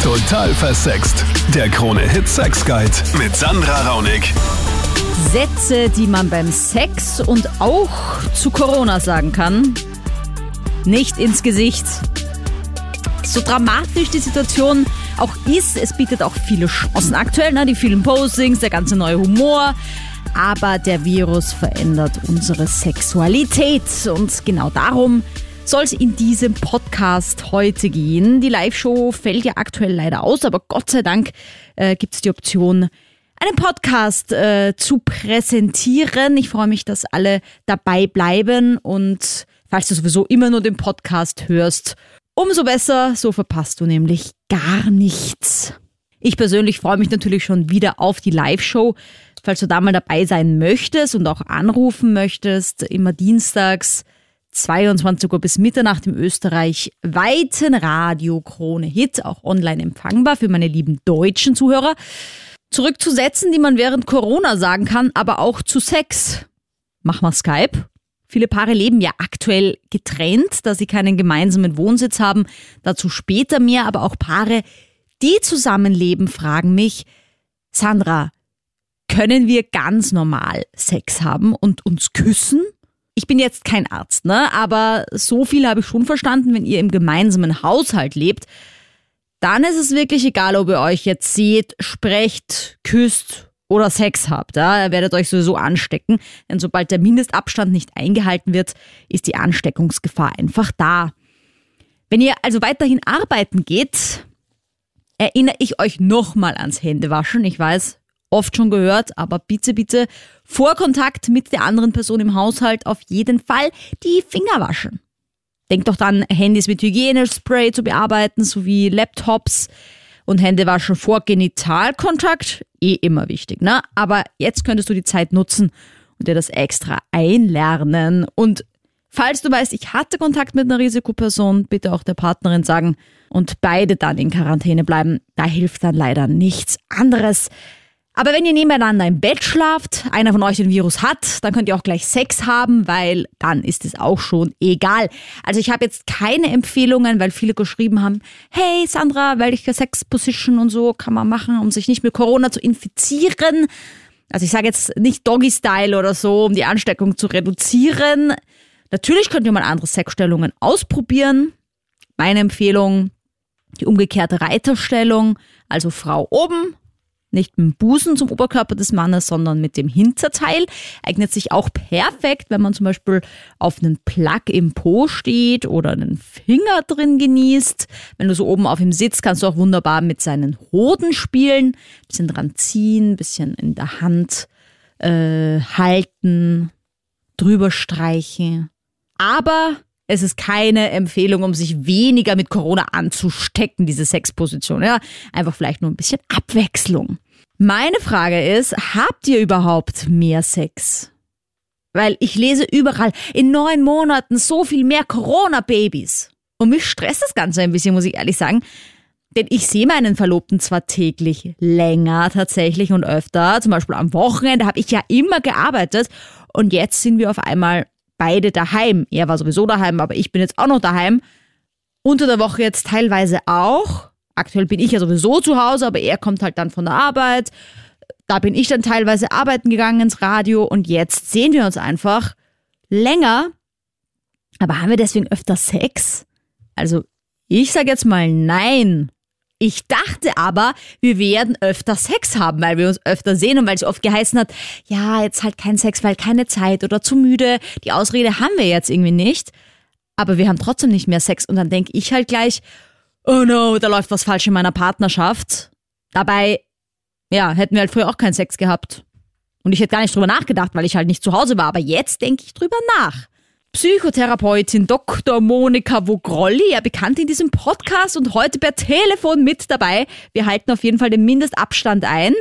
Total versext. Der Krone-Hit Sex Guide mit Sandra Raunig. Sätze, die man beim Sex und auch zu Corona sagen kann. Nicht ins Gesicht. So dramatisch die Situation auch ist, es bietet auch viele Chancen aktuell, die vielen Postings, der ganze neue Humor. Aber der Virus verändert unsere Sexualität und genau darum soll es in diesem Podcast heute gehen. Die Live-Show fällt ja aktuell leider aus, aber Gott sei Dank gibt es die Option, einen Podcast zu präsentieren. Ich freue mich, dass alle dabei bleiben und falls du sowieso immer nur den Podcast hörst, umso besser, so verpasst du nämlich gar nichts. Ich persönlich freue mich natürlich schon wieder auf die Live-Show. Falls du da mal dabei sein möchtest und auch anrufen möchtest, immer dienstags 22 Uhr bis Mitternacht im österreichweiten Radio Krone Hit, auch online empfangbar für meine lieben deutschen Zuhörer. Zurück zu Sätzen, die man während Corona sagen kann, aber auch zu Sex. Mach mal Skype. Viele Paare leben ja aktuell getrennt, da sie keinen gemeinsamen Wohnsitz haben. Dazu später mehr, aber auch Paare, die zusammenleben, fragen mich, Sandra, können wir ganz normal Sex haben und uns küssen? Ich bin jetzt kein Arzt, aber so viel habe ich schon verstanden, wenn ihr im gemeinsamen Haushalt lebt, dann ist es wirklich egal, ob ihr euch jetzt seht, sprecht, küsst oder Sex habt. Ja? Ihr werdet euch sowieso anstecken, denn sobald der Mindestabstand nicht eingehalten wird, ist die Ansteckungsgefahr einfach da. Wenn ihr also weiterhin arbeiten geht, erinnere ich euch nochmal ans Händewaschen. Ich weiß, oft schon gehört, aber bitte vor Kontakt mit der anderen Person im Haushalt auf jeden Fall die Finger waschen. Denkt doch dann, Handys mit Hygienespray zu bearbeiten, sowie Laptops und Händewaschen vor Genitalkontakt, immer wichtig, Aber jetzt könntest du die Zeit nutzen und dir das extra einlernen. Und falls du weißt, ich hatte Kontakt mit einer Risikoperson, bitte auch der Partnerin sagen und beide dann in Quarantäne bleiben. Da hilft dann leider nichts anderes. Aber wenn ihr nebeneinander im Bett schlaft, einer von euch den Virus hat, dann könnt ihr auch gleich Sex haben, weil dann ist es auch schon egal. Also ich habe jetzt keine Empfehlungen, weil viele geschrieben haben, hey Sandra, welche Sex-Position und so kann man machen, um sich nicht mit Corona zu infizieren. Also ich sage jetzt nicht Doggy-Style oder so, um die Ansteckung zu reduzieren. Natürlich könnt ihr mal andere Sexstellungen ausprobieren. Meine Empfehlung, die umgekehrte Reiterstellung, also Frau oben, nicht mit dem Busen zum Oberkörper des Mannes, sondern mit dem Hinterteil. Eignet sich auch perfekt, wenn man zum Beispiel auf einen Plug im Po steht oder einen Finger drin genießt. Wenn du so oben auf ihm sitzt, kannst du auch wunderbar mit seinen Hoden spielen. Bisschen dran ziehen, bisschen in der Hand halten, drüber streichen. Aber es ist keine Empfehlung, um sich weniger mit Corona anzustecken, diese Sexposition. Ja? Einfach vielleicht nur ein bisschen Abwechslung. Meine Frage ist, habt ihr überhaupt mehr Sex? Weil ich lese überall, in 9 Monaten so viel mehr Corona-Babys. Und mich stresst das Ganze ein bisschen, muss ich ehrlich sagen. Denn ich sehe meinen Verlobten zwar täglich länger tatsächlich und öfter. Zum Beispiel am Wochenende habe ich ja immer gearbeitet. Und jetzt sind wir auf einmal beide daheim. Er war sowieso daheim, aber ich bin jetzt auch noch daheim. Unter der Woche jetzt teilweise auch. Aktuell bin ich ja sowieso zu Hause, aber er kommt halt dann von der Arbeit. Da bin ich dann teilweise arbeiten gegangen ins Radio und jetzt sehen wir uns einfach länger. Aber haben wir deswegen öfter Sex? Also ich sage jetzt mal nein. Ich dachte aber, wir werden öfter Sex haben, weil wir uns öfter sehen und weil es oft geheißen hat, ja, jetzt halt kein Sex, weil keine Zeit oder zu müde. Die Ausrede haben wir jetzt irgendwie nicht. Aber wir haben trotzdem nicht mehr Sex. Und dann denke ich halt gleich, oh no, da läuft was falsch in meiner Partnerschaft. Dabei, ja, hätten wir halt früher auch keinen Sex gehabt. Und ich hätte gar nicht drüber nachgedacht, weil ich halt nicht zu Hause war. Aber jetzt denke ich drüber nach. Psychotherapeutin Dr. Monika Vogrolli, ja bekannt in diesem Podcast und heute per Telefon mit dabei. Wir halten auf jeden Fall den Mindestabstand ein.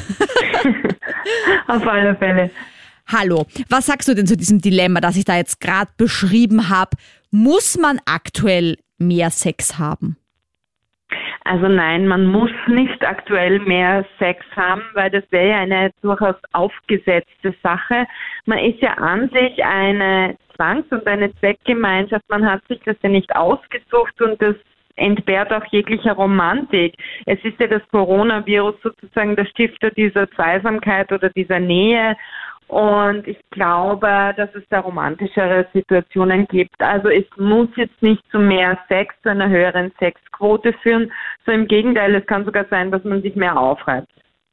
Auf alle Fälle. Hallo, was sagst du denn zu diesem Dilemma, das ich da jetzt gerade beschrieben habe? Muss man aktuell mehr Sex haben? Also nein, man muss nicht aktuell mehr Sex haben, weil das wäre ja eine durchaus aufgesetzte Sache. Man ist ja an sich eine Zwangs- und eine Zweckgemeinschaft. Man hat sich das ja nicht ausgesucht und das entbehrt auch jeglicher Romantik. Es ist ja das Coronavirus sozusagen der Stifter dieser Zweisamkeit oder dieser Nähe. Und ich glaube, dass es da romantischere Situationen gibt. Also es muss jetzt nicht zu mehr Sex, zu einer höheren Sexquote führen. So im Gegenteil, es kann sogar sein, dass man sich mehr aufreibt.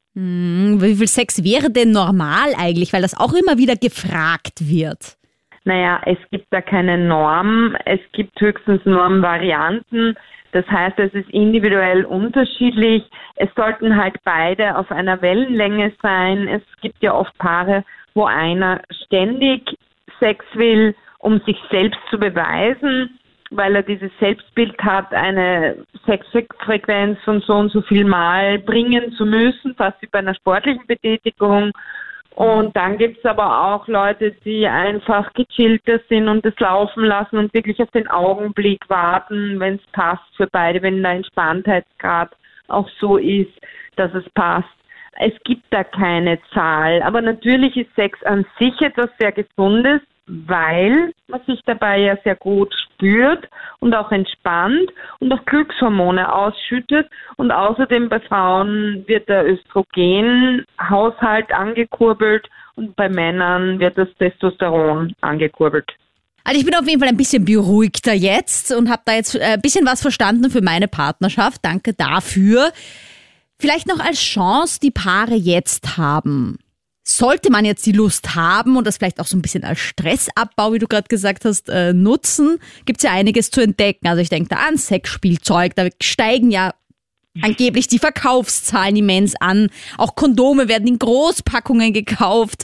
Wie viel Sex wäre denn normal eigentlich? Weil das auch immer wieder gefragt wird. Naja, es gibt da keine Norm. Es gibt höchstens Normvarianten. Das heißt, es ist individuell unterschiedlich. Es sollten halt beide auf einer Wellenlänge sein. Es gibt ja oft Paare, wo einer ständig Sex will, um sich selbst zu beweisen, weil er dieses Selbstbild hat, eine Sexfrequenz von so und so viel Mal bringen zu müssen, fast wie bei einer sportlichen Betätigung. Und dann gibt es aber auch Leute, die einfach gechillter sind und das laufen lassen und wirklich auf den Augenblick warten, wenn es passt für beide, wenn der Entspanntheitsgrad auch so ist, dass es passt. Es gibt da keine Zahl, aber natürlich ist Sex an sich etwas sehr Gesundes, weil man sich dabei ja sehr gut spürt und auch entspannt und auch Glückshormone ausschüttet. Und außerdem bei Frauen wird der Östrogenhaushalt angekurbelt und bei Männern wird das Testosteron angekurbelt. Also ich bin auf jeden Fall ein bisschen beruhigter jetzt und habe da jetzt ein bisschen was verstanden für meine Partnerschaft. Danke dafür. Vielleicht noch als Chance, die Paare jetzt haben. Sollte man jetzt die Lust haben und das vielleicht auch so ein bisschen als Stressabbau, wie du gerade gesagt hast, nutzen, gibt es ja einiges zu entdecken. Also ich denke da an Sexspielzeug, da steigen ja angeblich die Verkaufszahlen immens an. Auch Kondome werden in Großpackungen gekauft.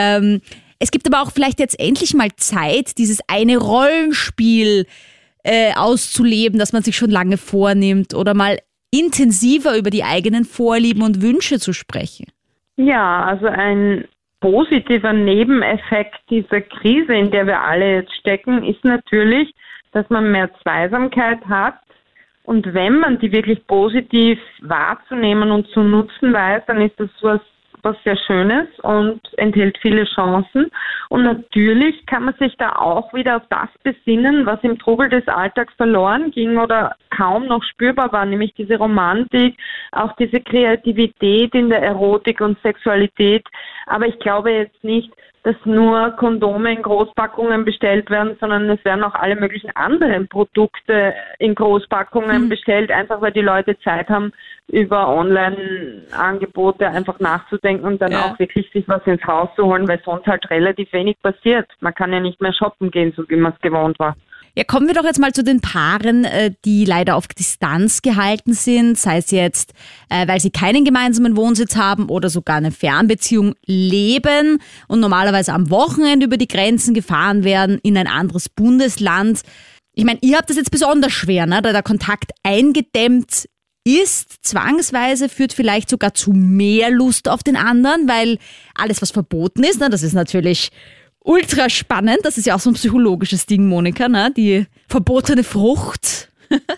Es gibt aber auch vielleicht jetzt endlich mal Zeit, dieses eine Rollenspiel auszuleben, das man sich schon lange vornimmt oder mal intensiver über die eigenen Vorlieben und Wünsche zu sprechen. Ja, also ein positiver Nebeneffekt dieser Krise, in der wir alle jetzt stecken, ist natürlich, dass man mehr Zweisamkeit hat. Und wenn man die wirklich positiv wahrzunehmen und zu nutzen weiß, dann ist das was sehr Schönes und enthält viele Chancen. Und natürlich kann man sich da auch wieder auf das besinnen, was im Trubel des Alltags verloren ging oder kaum noch spürbar war, nämlich diese Romantik, auch diese Kreativität in der Erotik und Sexualität. Aber ich glaube jetzt nicht, dass nur Kondome in Großpackungen bestellt werden, sondern es werden auch alle möglichen anderen Produkte in Großpackungen bestellt, einfach weil die Leute Zeit haben, über Online-Angebote einfach nachzudenken und dann auch wirklich sich was ins Haus zu holen, weil sonst halt relativ wenig passiert. Man kann ja nicht mehr shoppen gehen, so wie man es gewohnt war. Ja, kommen wir doch jetzt mal zu den Paaren, die leider auf Distanz gehalten sind, sei es jetzt, weil sie keinen gemeinsamen Wohnsitz haben oder sogar eine Fernbeziehung leben und normalerweise am Wochenende über die Grenzen gefahren werden in ein anderes Bundesland. Ich meine, ihr habt das jetzt besonders schwer, ne? Da der Kontakt eingedämmt ist, zwangsweise führt vielleicht sogar zu mehr Lust auf den anderen, weil alles, was verboten ist, ne, das ist natürlich ultra spannend. Das ist ja auch so ein psychologisches Ding, Monika, ne? Die verbotene Frucht.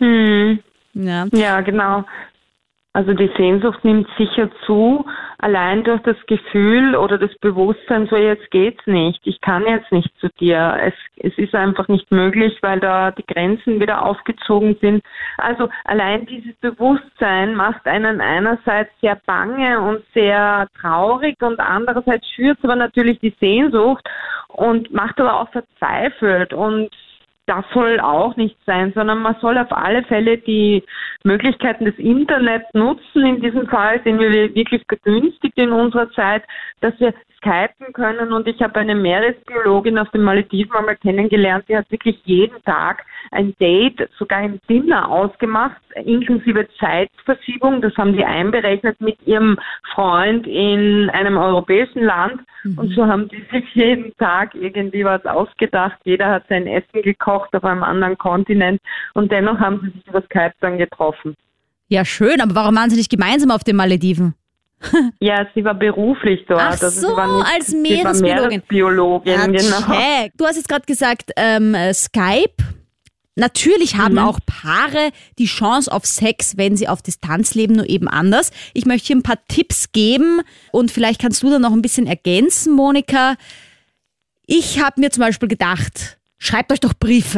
Ja, genau. Also die Sehnsucht nimmt sicher zu, allein durch das Gefühl oder das Bewusstsein, so jetzt geht's nicht, ich kann jetzt nicht zu dir. Es ist einfach nicht möglich, weil da die Grenzen wieder aufgezogen sind. Also allein dieses Bewusstsein macht einen einerseits sehr bange und sehr traurig und andererseits schürt aber natürlich die Sehnsucht und macht aber auch verzweifelt. Und das soll auch nicht sein, sondern man soll auf alle Fälle die Möglichkeiten des Internets nutzen. In diesem Fall sind wir wirklich begünstigt in unserer Zeit, dass wir skypen können. Und ich habe eine Meeresbiologin auf den Malediven einmal kennengelernt, die hat wirklich jeden Tag ein Date, sogar ein Dinner ausgemacht, inklusive Zeitverschiebung. Das haben die einberechnet mit ihrem Freund in einem europäischen Land. Und so haben die sich jeden Tag irgendwie was ausgedacht. Jeder hat sein Essen gekocht auf einem anderen Kontinent und dennoch haben sie sich über Skype dann getroffen. Ja, schön, aber warum waren sie nicht gemeinsam auf den Malediven? Ja, sie war beruflich dort. Ach so, also sie war nicht, als Meeresbiologin. Ja, genau. Du hast jetzt gerade gesagt, Skype. Natürlich haben auch Paare die Chance auf Sex, wenn sie auf Distanz leben, nur eben anders. Ich möchte hier ein paar Tipps geben und vielleicht kannst du da noch ein bisschen ergänzen, Monika. Ich habe mir zum Beispiel gedacht, schreibt euch doch Briefe.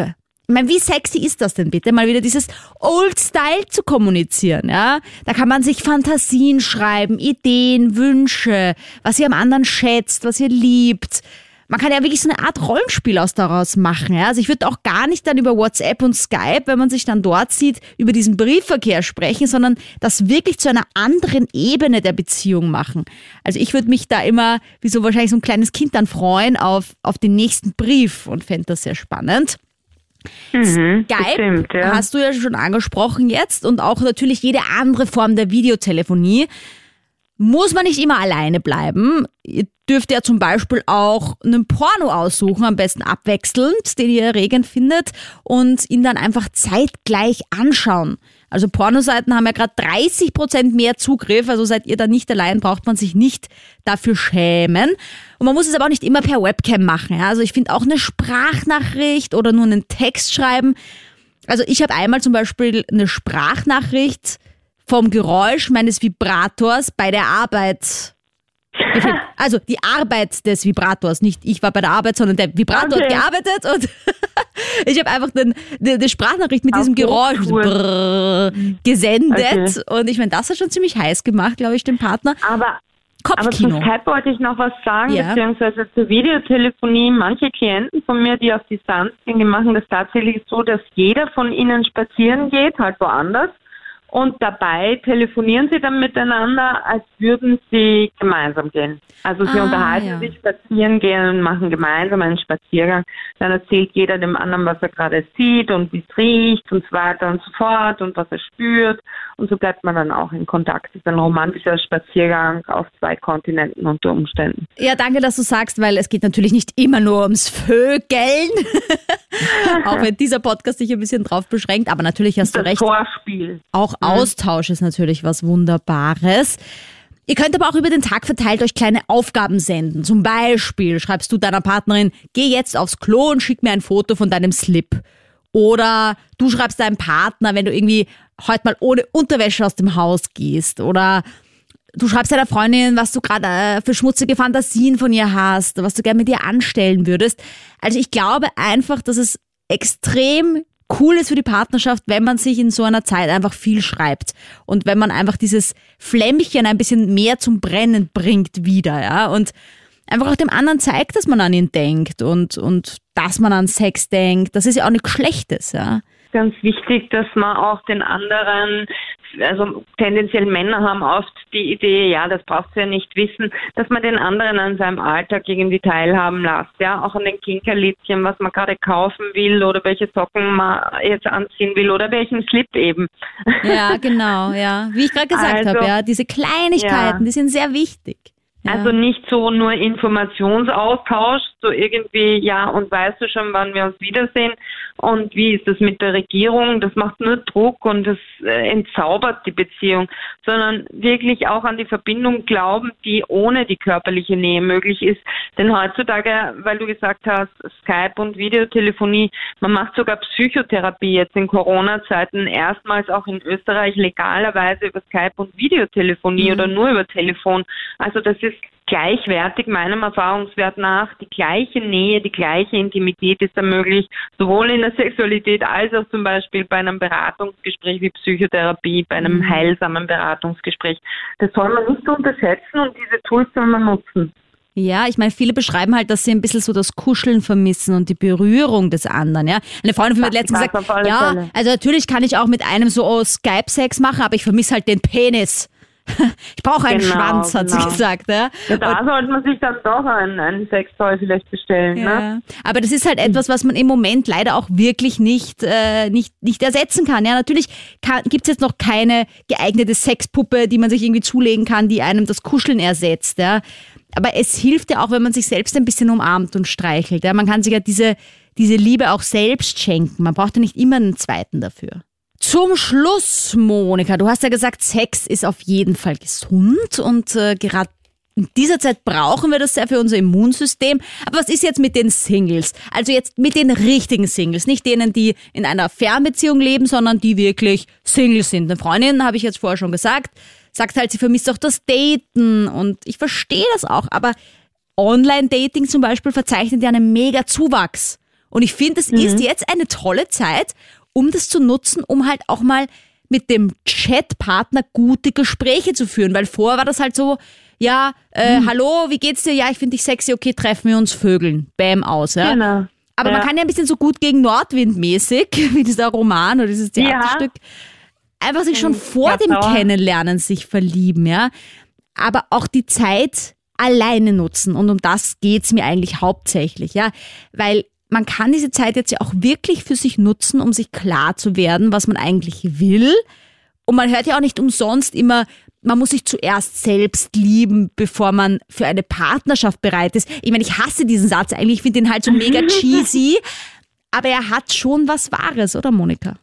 Ich meine, wie sexy ist das denn bitte, mal wieder dieses Old Style zu kommunizieren, ja? Da kann man sich Fantasien schreiben, Ideen, Wünsche, was ihr am anderen schätzt, was ihr liebt. Man kann ja wirklich so eine Art Rollenspiel daraus machen, ja? Also ich würde auch gar nicht dann über WhatsApp und Skype, wenn man sich dann dort sieht, über diesen Briefverkehr sprechen, sondern das wirklich zu einer anderen Ebene der Beziehung machen. Also ich würde mich da immer, wie so wahrscheinlich so ein kleines Kind dann freuen auf den nächsten Brief und fände das sehr spannend. Skype bestimmt, ja. Hast du ja schon angesprochen jetzt und auch natürlich jede andere Form der Videotelefonie. Muss man nicht immer alleine bleiben. Ihr dürft ja zum Beispiel auch einen Porno aussuchen, am besten abwechselnd, den ihr erregend findet und ihn dann einfach zeitgleich anschauen. Also Pornoseiten haben ja gerade 30% mehr Zugriff, also seid ihr da nicht allein, braucht man sich nicht dafür schämen. Und man muss es aber auch nicht immer per Webcam machen. Ja? Also ich finde auch eine Sprachnachricht oder nur einen Text schreiben. Also ich habe einmal zum Beispiel eine Sprachnachricht vom Geräusch meines Vibrators bei der Arbeit. Also die Arbeit des Vibrators, nicht ich war bei der Arbeit, sondern der Vibrator hat gearbeitet und ich habe einfach eine Sprachnachricht mit diesem Geräusch gesendet und ich meine, das hat schon ziemlich heiß gemacht, glaube ich, dem Partner. Aber Kopfkino. zu Skype wollte ich noch was sagen, Ja. beziehungsweise zur Videotelefonie. Manche Klienten von mir, die auf Distanz sind, die machen das tatsächlich so, dass jeder von ihnen spazieren geht, halt woanders. Und dabei telefonieren sie dann miteinander, als würden sie gemeinsam gehen. Also sie unterhalten sich, spazieren gehen und machen gemeinsam einen Spaziergang. Dann erzählt jeder dem anderen, was er gerade sieht und wie es riecht und so weiter und so fort und was er spürt. Und so bleibt man dann auch in Kontakt. Das ist ein romantischer Spaziergang auf 2 Kontinenten unter Umständen. Ja, danke, dass du sagst, weil es geht natürlich nicht immer nur ums Vögeln. Auch wenn dieser Podcast sich ein bisschen drauf beschränkt, aber natürlich hast du Das recht. Vorspiel. Auch Austausch ist natürlich was Wunderbares. Ihr könnt aber auch über den Tag verteilt euch kleine Aufgaben senden. Zum Beispiel schreibst du deiner Partnerin, geh jetzt aufs Klo und schick mir ein Foto von deinem Slip. Oder du schreibst deinem Partner, wenn du irgendwie heute mal ohne Unterwäsche aus dem Haus gehst. Oder du schreibst deiner Freundin, was du gerade für schmutzige Fantasien von ihr hast, was du gerne mit ihr anstellen würdest. Also ich glaube einfach, dass es extrem cool ist für die Partnerschaft, wenn man sich in so einer Zeit einfach viel schreibt und wenn man einfach dieses Flämmchen ein bisschen mehr zum Brennen bringt wieder, ja, und einfach auch dem anderen zeigt, dass man an ihn denkt und dass man an Sex denkt. Das ist ja auch nichts Schlechtes, ja. Ganz wichtig, dass man auch den anderen, also tendenziell Männer haben oft die Idee, ja, das brauchst du ja nicht wissen, dass man den anderen an seinem Alltag irgendwie teilhaben lässt, ja, auch an den Kinkerlitzchen, was man gerade kaufen will oder welche Socken man jetzt anziehen will oder welchen Slip eben. Ja, genau, ja. Wie ich gerade gesagt habe, ja, diese Kleinigkeiten, die sind sehr wichtig. Ja. Also nicht so nur Informationsaustausch, so irgendwie, ja, und weißt du schon, wann wir uns wiedersehen und wie ist das mit der Regierung, das macht nur Druck und das entzaubert die Beziehung, sondern wirklich auch an die Verbindung glauben, die ohne die körperliche Nähe möglich ist. Denn heutzutage, weil du gesagt hast, Skype und Videotelefonie, man macht sogar Psychotherapie jetzt in Corona-Zeiten erstmals auch in Österreich legalerweise über Skype und Videotelefonie oder nur über Telefon. Also das ist gleichwertig meinem Erfahrungswert nach. Die gleiche Nähe, die gleiche Intimität ist da möglich, sowohl in der Sexualität als auch zum Beispiel bei einem Beratungsgespräch wie Psychotherapie, bei einem heilsamen Beratungsgespräch. Das soll man nicht unterschätzen und diese Tools soll man nutzen. Ja, ich meine, viele beschreiben halt, dass sie ein bisschen so das Kuscheln vermissen und die Berührung des anderen, ja. Eine Freundin von mir hat letztens gesagt, ja, also natürlich kann ich auch mit einem so Skype-Sex machen, aber ich vermisse halt den Penis. Ich brauche einen Schwanz, hat sie gesagt. Ja, da sollte man sich dann doch einen Sextoy vielleicht bestellen. Ja. Ne? Aber das ist halt etwas, was man im Moment leider auch wirklich nicht ersetzen kann. Ja, natürlich gibt es jetzt noch keine geeignete Sexpuppe, die man sich irgendwie zulegen kann, die einem das Kuscheln ersetzt. Ja. Aber es hilft ja auch, wenn man sich selbst ein bisschen umarmt und streichelt. Ja. Man kann sich ja diese Liebe auch selbst schenken. Man braucht ja nicht immer einen zweiten dafür. Zum Schluss, Monika, du hast ja gesagt, Sex ist auf jeden Fall gesund und gerade in dieser Zeit brauchen wir das sehr für unser Immunsystem. Aber was ist jetzt mit den Singles? Also jetzt mit den richtigen Singles, nicht denen, die in einer Fernbeziehung leben, sondern die wirklich Single sind. Eine Freundin, habe ich jetzt vorher schon gesagt, sagt halt, sie vermisst auch das Daten und ich verstehe das auch, aber Online-Dating zum Beispiel verzeichnet ja einen mega Zuwachs. Und ich finde, es ist jetzt eine tolle Zeit, um das zu nutzen, um halt auch mal mit dem Chatpartner gute Gespräche zu führen. Weil vorher war das halt so, hallo, wie geht's dir? Ja, ich finde dich sexy, okay, treffen wir uns, vögeln. Bäm, aus. Ja? Genau. Aber man kann ja ein bisschen so gut gegen Nordwind mäßig, wie dieser Roman oder dieses Theaterstück, einfach sich schon vor dem Kennenlernen sich verlieben, ja. Aber auch die Zeit alleine nutzen. Und um das geht's mir eigentlich hauptsächlich, ja. Weil man kann diese Zeit jetzt ja auch wirklich für sich nutzen, um sich klar zu werden, was man eigentlich will. Und man hört ja auch nicht umsonst immer, man muss sich zuerst selbst lieben, bevor man für eine Partnerschaft bereit ist. Ich meine, ich hasse diesen Satz eigentlich, ich finde den halt so mega cheesy, aber er hat schon was Wahres, oder Monika?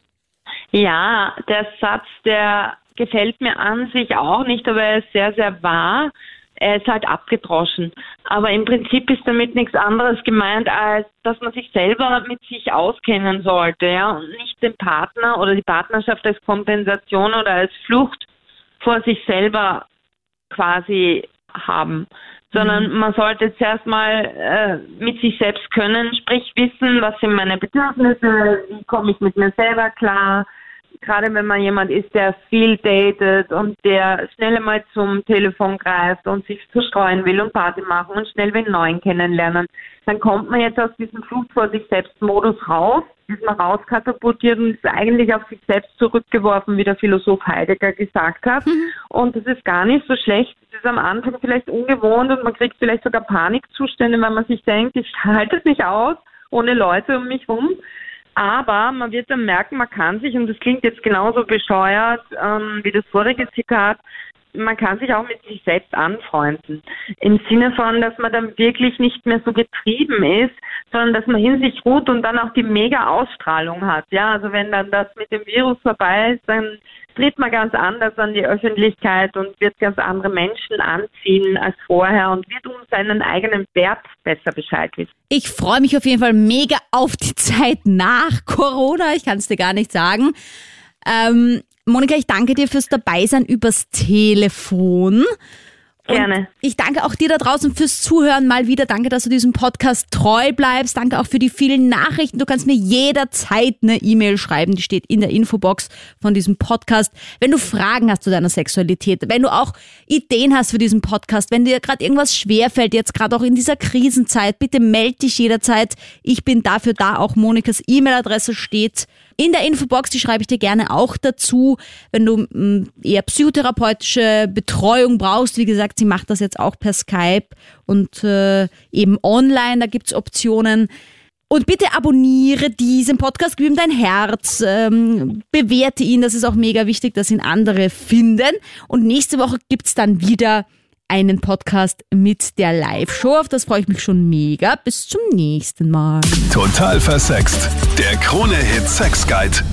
Ja, der Satz, der gefällt mir an sich auch nicht, aber er ist sehr, sehr wahr. Er ist halt abgedroschen. Aber im Prinzip ist damit nichts anderes gemeint, als dass man sich selber mit sich auskennen sollte, ja, und nicht den Partner oder die Partnerschaft als Kompensation oder als Flucht vor sich selber quasi haben. Sondern man sollte zuerst mal mit sich selbst können, sprich wissen, was sind meine Bedürfnisse, wie komme ich mit mir selber klar. Gerade wenn man jemand ist, der viel datet und der schnell einmal zum Telefon greift und sich zerstreuen will und Party machen und schnell wen Neuen kennenlernen, dann kommt man jetzt aus diesem Flucht vor sich selbst Modus raus, ist man rauskatapultiert und ist eigentlich auf sich selbst zurückgeworfen, wie der Philosoph Heidegger gesagt hat. Und das ist gar nicht so schlecht. Es ist am Anfang vielleicht ungewohnt und man kriegt vielleicht sogar Panikzustände, weil man sich denkt, ich halte es nicht aus, ohne Leute um mich rum. Aber man wird dann merken, man kann sich, und das klingt jetzt genauso bescheuert wie das vorige Zitat, man kann sich auch mit sich selbst anfreunden. Im Sinne von, dass man dann wirklich nicht mehr so getrieben ist, sondern dass man in sich ruht und dann auch die mega Ausstrahlung hat. Ja, also wenn dann das mit dem Virus vorbei ist, dann tritt man ganz anders an die Öffentlichkeit und wird ganz andere Menschen anziehen als vorher und wird um seinen eigenen Wert besser Bescheid wissen. Ich freue mich auf jeden Fall mega auf die Zeit nach Corona. Ich kann es dir gar nicht sagen. Monika, ich danke dir fürs Dabeisein übers Telefon. Gerne. Und ich danke auch dir da draußen fürs Zuhören mal wieder. Danke, dass du diesem Podcast treu bleibst. Danke auch für die vielen Nachrichten. Du kannst mir jederzeit eine E-Mail schreiben. Die steht in der Infobox von diesem Podcast. Wenn du Fragen hast zu deiner Sexualität, wenn du auch Ideen hast für diesen Podcast, wenn dir gerade irgendwas schwerfällt, jetzt gerade auch in dieser Krisenzeit, bitte melde dich jederzeit. Ich bin dafür da. Auch Monikas E-Mail-Adresse steht in der Infobox, die schreibe ich dir gerne auch dazu. Wenn du eher psychotherapeutische Betreuung brauchst, wie gesagt, sie macht das jetzt auch per Skype und eben online, da gibt's Optionen. Und bitte abonniere diesen Podcast, gib ihm dein Herz, bewerte ihn, das ist auch mega wichtig, dass ihn andere finden. Und nächste Woche gibt's dann wieder einen Podcast mit der Live-Show. Auf das freue ich mich schon mega. Bis zum nächsten Mal. Total versext. Der Krone-Hit Sex Guide.